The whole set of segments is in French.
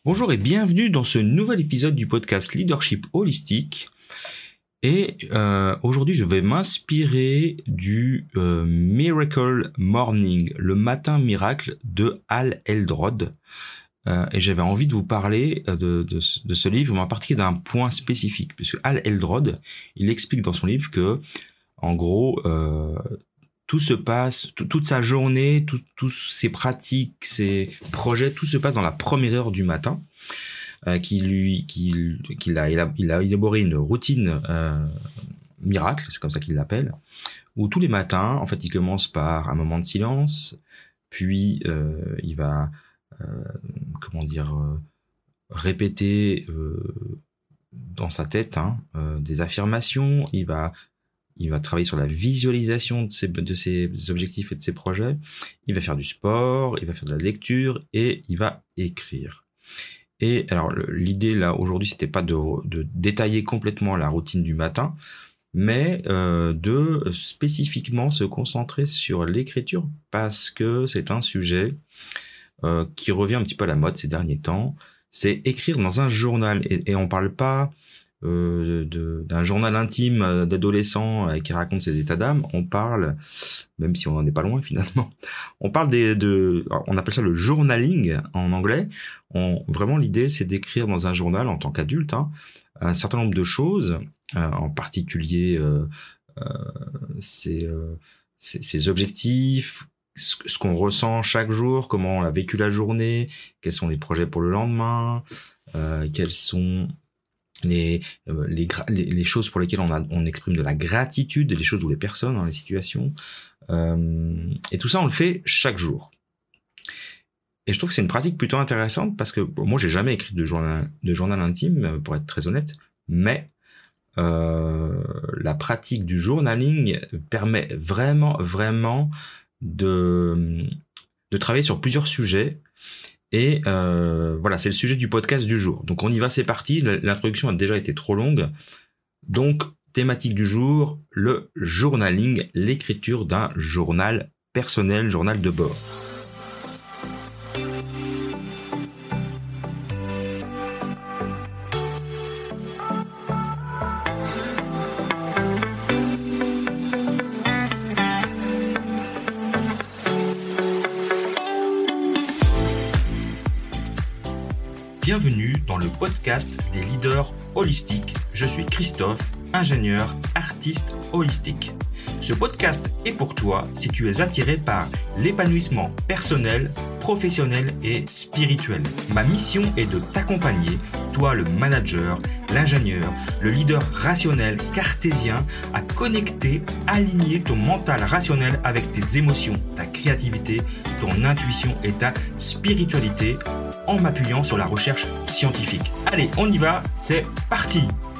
Bonjour et bienvenue dans ce nouvel épisode du podcast Leadership Holistique. Et aujourd'hui, je vais m'inspirer du Miracle Morning, le matin miracle de Hal Elrod. Et j'avais envie de vous parler de ce livre, mais en particulier d'un point spécifique, puisque Hal Elrod, il explique dans son livre que, en gros, tout se passe, toute sa journée, tous ses pratiques, ses projets, tout se passe dans la première heure du matin. Il a élaboré une routine miracle, c'est comme ça qu'il l'appelle, où tous les matins, en fait, il commence par un moment de silence, puis il va, répéter dans sa tête des affirmations. Il va travailler sur la visualisation de ses objectifs et de ses projets. Il va faire du sport, il va faire de la lecture et il va écrire. Et alors l'idée là aujourd'hui, c'était pas de détailler complètement la routine du matin, mais de spécifiquement se concentrer sur l'écriture parce que c'est un sujet qui revient un petit peu à la mode ces derniers temps. C'est écrire dans un journal et on parle pas d'un journal intime d'adolescent qui raconte ses états d'âme. On parle, même si on n'en est pas loin finalement, on parle on appelle ça le journaling en anglais. Vraiment l'idée c'est d'écrire dans un journal en tant qu'adulte un certain nombre de choses, en particulier ses objectifs, ce qu'on ressent chaque jour, comment on a vécu la journée, quels sont les projets pour le lendemain, quels sont les choses pour lesquelles on exprime de la gratitude, les choses ou les personnes, les situations, et tout ça on le fait chaque jour. Et je trouve que c'est une pratique plutôt intéressante parce que moi j'ai jamais écrit de journal intime, pour être très honnête, mais la pratique du journaling permet vraiment de travailler sur plusieurs sujets. Et voilà, c'est le sujet du podcast du jour. Donc on y va, c'est parti. L'introduction a déjà été trop longue. Donc, thématique du jour, le journaling, l'écriture d'un journal personnel, journal de bord. Bienvenue dans le podcast des leaders holistiques. Je suis Christophe, ingénieur, artiste holistique. Ce podcast est pour toi si tu es attiré par l'épanouissement personnel, professionnel et spirituel. Ma mission est de t'accompagner, toi le manager, l'ingénieur, le leader rationnel, cartésien, à connecter, aligner ton mental rationnel avec tes émotions, ta créativité, ton intuition et ta spiritualité, en m'appuyant sur la recherche scientifique. Allez, on y va, c'est parti!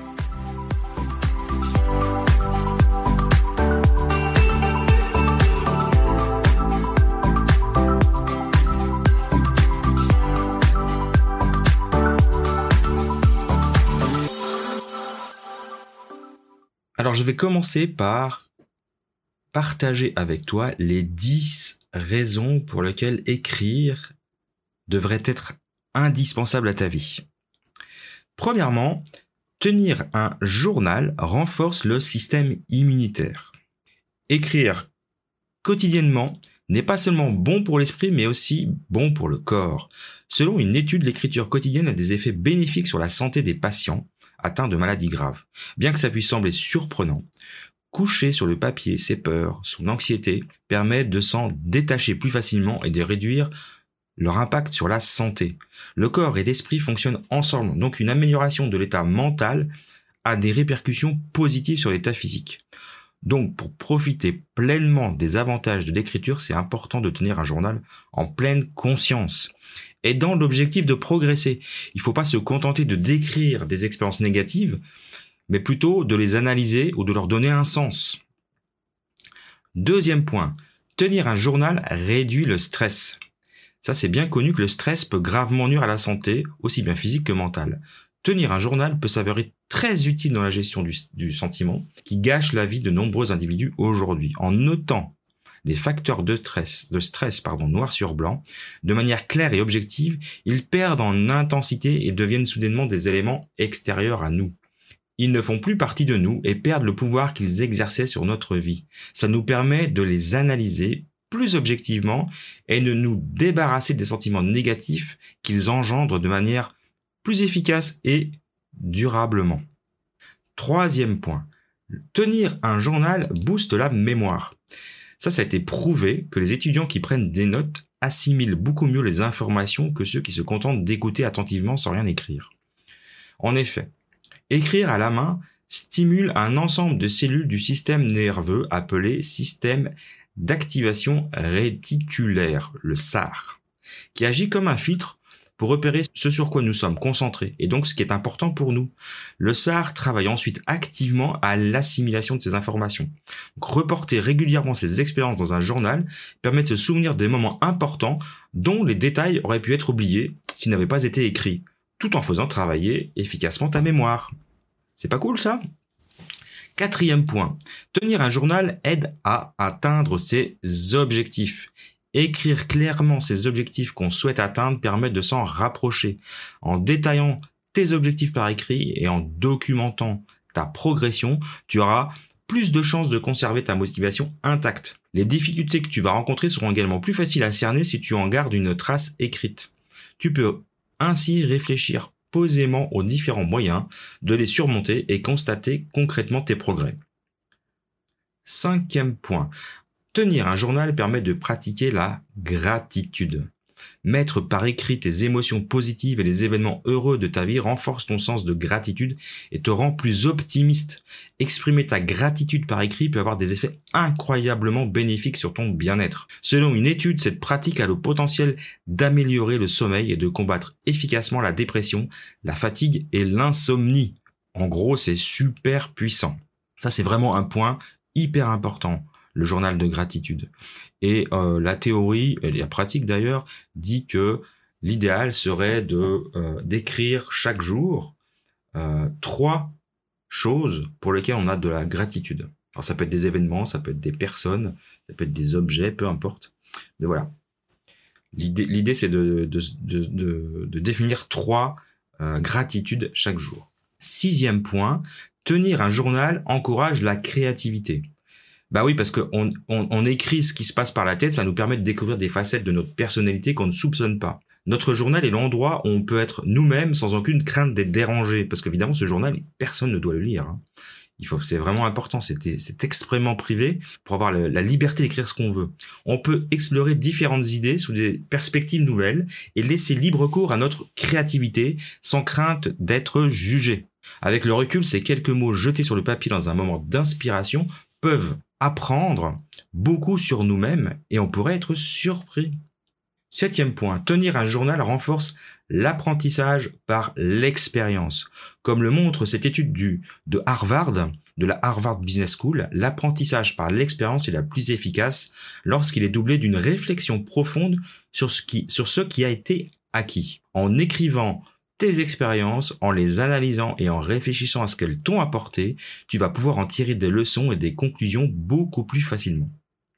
Alors, je vais commencer par partager avec toi les 10 raisons pour lesquelles écrire devrait être indispensable à ta vie. Premièrement, tenir un journal renforce le système immunitaire. Écrire quotidiennement n'est pas seulement bon pour l'esprit, mais aussi bon pour le corps. Selon une étude, l'écriture quotidienne a des effets bénéfiques sur la santé des patients atteints de maladies graves. Bien que ça puisse sembler surprenant, coucher sur le papier ses peurs, son anxiété, permet de s'en détacher plus facilement et de réduire leur impact sur la santé. Le corps et l'esprit fonctionnent ensemble, donc une amélioration de l'état mental a des répercussions positives sur l'état physique. Donc, pour profiter pleinement des avantages de l'écriture, c'est important de tenir un journal en pleine conscience et dans l'objectif de progresser. Il ne faut pas se contenter de décrire des expériences négatives, mais plutôt de les analyser ou de leur donner un sens. Deuxième point, tenir un journal réduit le stress. Ça, c'est bien connu que le stress peut gravement nuire à la santé, aussi bien physique que mentale. Tenir un journal peut s'avérer très utile dans la gestion du sentiment, qui gâche la vie de nombreux individus aujourd'hui. En notant les facteurs de stress noir sur blanc, de manière claire et objective, ils perdent en intensité et deviennent soudainement des éléments extérieurs à nous. Ils ne font plus partie de nous et perdent le pouvoir qu'ils exerçaient sur notre vie. Ça nous permet de les analyser plus objectivement et de nous débarrasser des sentiments négatifs qu'ils engendrent de manière plus efficace et durablement. Troisième point, tenir un journal booste la mémoire. Ça a été prouvé que les étudiants qui prennent des notes assimilent beaucoup mieux les informations que ceux qui se contentent d'écouter attentivement sans rien écrire. En effet, écrire à la main stimule un ensemble de cellules du système nerveux appelé système d'activation réticulaire, le SAR, qui agit comme un filtre pour repérer ce sur quoi nous sommes concentrés et donc ce qui est important pour nous. Le SAR travaille ensuite activement à l'assimilation de ces informations. Donc, reporter régulièrement ces expériences dans un journal permet de se souvenir des moments importants dont les détails auraient pu être oubliés s'ils n'avaient pas été écrits, tout en faisant travailler efficacement ta mémoire. C'est pas cool ça ? Quatrième point, tenir un journal aide à atteindre ses objectifs. Écrire clairement ces objectifs qu'on souhaite atteindre permet de s'en rapprocher. En détaillant tes objectifs par écrit et en documentant ta progression, tu auras plus de chances de conserver ta motivation intacte. Les difficultés que tu vas rencontrer seront également plus faciles à cerner si tu en gardes une trace écrite. Tu peux ainsi réfléchir posément aux différents moyens de les surmonter et constater concrètement tes progrès. Cinquième point. Tenir un journal permet de pratiquer la gratitude. Mettre par écrit tes émotions positives et les événements heureux de ta vie renforce ton sens de gratitude et te rend plus optimiste. Exprimer ta gratitude par écrit peut avoir des effets incroyablement bénéfiques sur ton bien-être. Selon une étude, cette pratique a le potentiel d'améliorer le sommeil et de combattre efficacement la dépression, la fatigue et l'insomnie. En gros, c'est super puissant. Ça, c'est vraiment un point hyper important, le journal de gratitude. Et la théorie, et la pratique d'ailleurs, dit que l'idéal serait d'écrire chaque jour 3 choses pour lesquelles on a de la gratitude. Alors ça peut être des événements, ça peut être des personnes, ça peut être des objets, peu importe. Mais voilà. L'idée c'est de définir 3 gratitudes chaque jour. 6e point, tenir un journal encourage la créativité. Bah oui, parce que on écrit ce qui se passe par la tête, ça nous permet de découvrir des facettes de notre personnalité qu'on ne soupçonne pas. Notre journal est l'endroit où on peut être nous-mêmes sans aucune crainte d'être dérangé, parce qu'évidemment ce journal, personne ne doit le lire. C'est vraiment important, c'est extrêmement privé pour avoir la liberté d'écrire ce qu'on veut. On peut explorer différentes idées sous des perspectives nouvelles et laisser libre cours à notre créativité sans crainte d'être jugé. Avec le recul, ces quelques mots jetés sur le papier dans un moment d'inspiration peuvent apprendre beaucoup sur nous-mêmes et on pourrait être surpris. 7e point, tenir un journal renforce l'apprentissage par l'expérience. Comme le montre cette étude de Harvard, de la Harvard Business School, l'apprentissage par l'expérience est la plus efficace lorsqu'il est doublé d'une réflexion profonde sur ce qui a été acquis. En écrivant tes expériences, en les analysant et en réfléchissant à ce qu'elles t'ont apporté, tu vas pouvoir en tirer des leçons et des conclusions beaucoup plus facilement.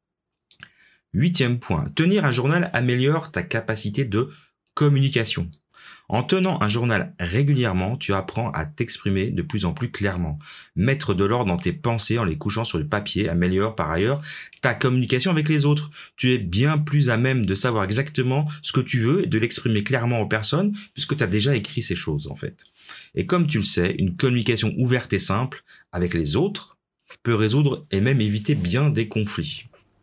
8e point, tenir un journal améliore ta capacité de communication. En tenant un journal régulièrement, tu apprends à t'exprimer de plus en plus clairement. Mettre de l'ordre dans tes pensées en les couchant sur le papier améliore par ailleurs ta communication avec les autres. Tu es bien plus à même de savoir exactement ce que tu veux et de l'exprimer clairement aux personnes puisque tu as déjà écrit ces choses en fait. Et comme tu le sais, une communication ouverte et simple avec les autres peut résoudre et même éviter bien des conflits.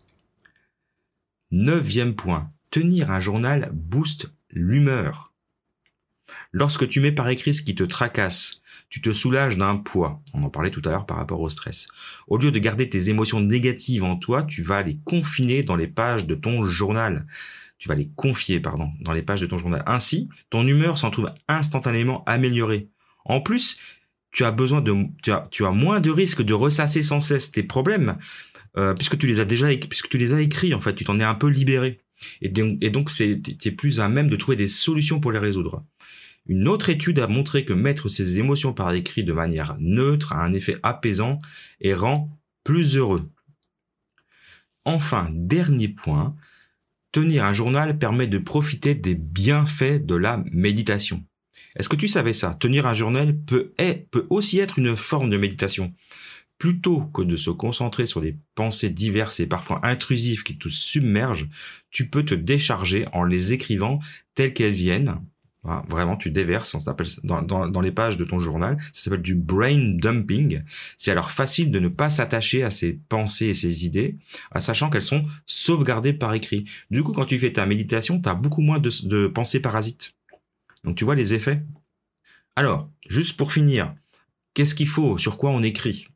9e point, tenir un journal booste l'humeur. Lorsque tu mets par écrit ce qui te tracasse, tu te soulages d'un poids. On en parlait tout à l'heure par rapport au stress. Au lieu de garder tes émotions négatives en toi, tu vas les confiner dans les pages de ton journal. Tu vas les confier, dans les pages de ton journal. Ainsi, ton humeur s'en trouve instantanément améliorée. En plus, tu as moins de risques de ressasser sans cesse tes problèmes, puisque tu les as écrits, en fait, tu t'en es un peu libéré. Et donc, t'es plus à même de trouver des solutions pour les résoudre. Une autre étude a montré que mettre ses émotions par écrit de manière neutre a un effet apaisant et rend plus heureux. Enfin, dernier point, tenir un journal permet de profiter des bienfaits de la méditation. Est-ce que tu savais ça? Tenir un journal peut aussi être une forme de méditation. Plutôt que de se concentrer sur des pensées diverses et parfois intrusives qui te submergent, tu peux te décharger en les écrivant telles qu'elles viennent. Voilà, vraiment, tu déverses, ça s'appelle dans les pages de ton journal, ça s'appelle du brain dumping. C'est alors facile de ne pas s'attacher à ces pensées et ces idées, en sachant qu'elles sont sauvegardées par écrit. Du coup, quand tu fais ta méditation, tu as beaucoup moins de pensées parasites. Donc tu vois les effets. Alors, juste pour finir, qu'est-ce qu'il faut? Sur quoi on écrit?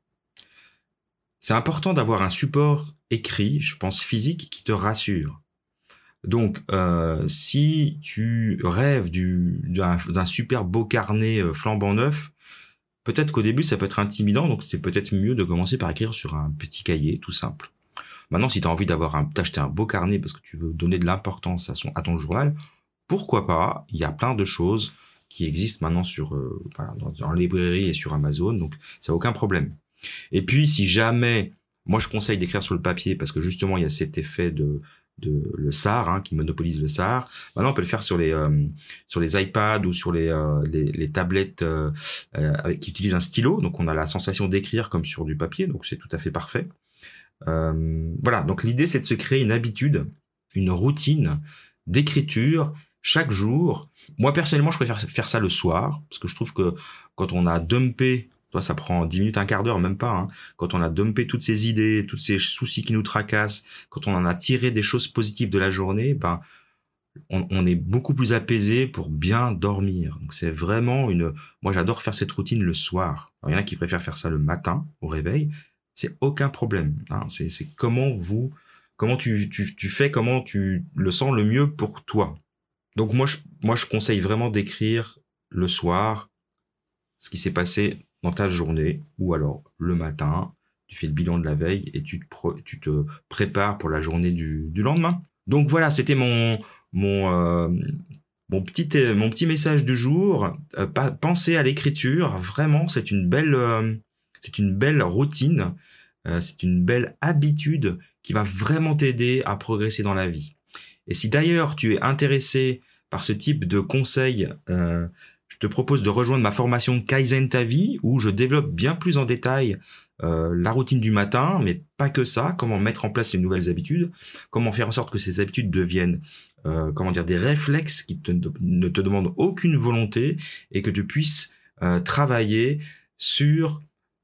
C'est important d'avoir un support écrit, je pense physique, qui te rassure. Donc, si tu rêves d'un super beau carnet flambant neuf, peut-être qu'au début ça peut être intimidant, donc c'est peut-être mieux de commencer par écrire sur un petit cahier, tout simple. Maintenant, si tu as envie d'acheter un beau carnet parce que tu veux donner de l'importance à ton journal, pourquoi pas? Il y a plein de choses qui existent maintenant dans les librairies et sur Amazon, donc ça n'a aucun problème. Et puis, si jamais, moi je conseille d'écrire sur le papier parce que justement il y a cet effet de le SAR qui monopolise le SAR. Maintenant, on peut le faire sur les iPads ou sur les tablettes qui utilisent un stylo. Donc, on a la sensation d'écrire comme sur du papier. Donc, c'est tout à fait parfait. Voilà. Donc, l'idée, c'est de se créer une habitude, une routine d'écriture chaque jour. Moi, personnellement, je préfère faire ça le soir parce que je trouve que quand on a dumpé, toi, ça prend 10 minutes, un quart d'heure, même pas. Quand on a dumpé toutes ces idées, tous ces soucis qui nous tracassent, quand on en a tiré des choses positives de la journée, on est beaucoup plus apaisé pour bien dormir. Donc c'est vraiment moi j'adore faire cette routine le soir. Alors, il y en a qui préfèrent faire ça le matin au réveil. C'est aucun problème. C'est comment tu fais, comment tu le sens le mieux pour toi. Donc moi je conseille vraiment d'écrire le soir ce qui s'est passé dans ta journée, ou alors le matin, tu fais le bilan de la veille et tu te prépares pour la journée du lendemain. Donc voilà, c'était mon petit message du jour. Pensez à l'écriture, vraiment, c'est une belle routine, c'est une belle habitude qui va vraiment t'aider à progresser dans la vie. Et si d'ailleurs tu es intéressé par ce type de conseils, je te propose de rejoindre ma formation Kaizen Ta Vie, où je développe bien plus en détail la routine du matin, mais pas que ça, comment mettre en place ces nouvelles habitudes, comment faire en sorte que ces habitudes deviennent des réflexes qui ne te demandent aucune volonté et que tu puisses travailler sur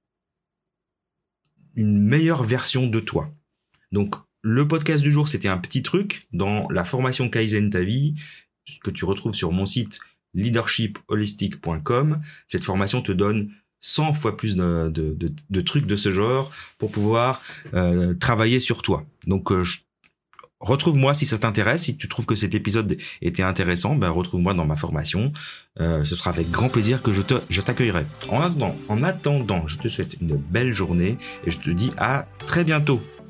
une meilleure version de toi. Donc, le podcast du jour, c'était un petit truc dans la formation Kaizen Ta Vie que tu retrouves sur mon site leadershipholistic.com. Cette formation te donne 100 fois plus de trucs de ce genre pour pouvoir travailler sur toi. Donc retrouve-moi si ça t'intéresse. Si tu trouves que cet épisode était intéressant, retrouve-moi dans ma formation. Ce sera avec grand plaisir que je t'accueillerai. En attendant, je te souhaite une belle journée et je te dis à très bientôt.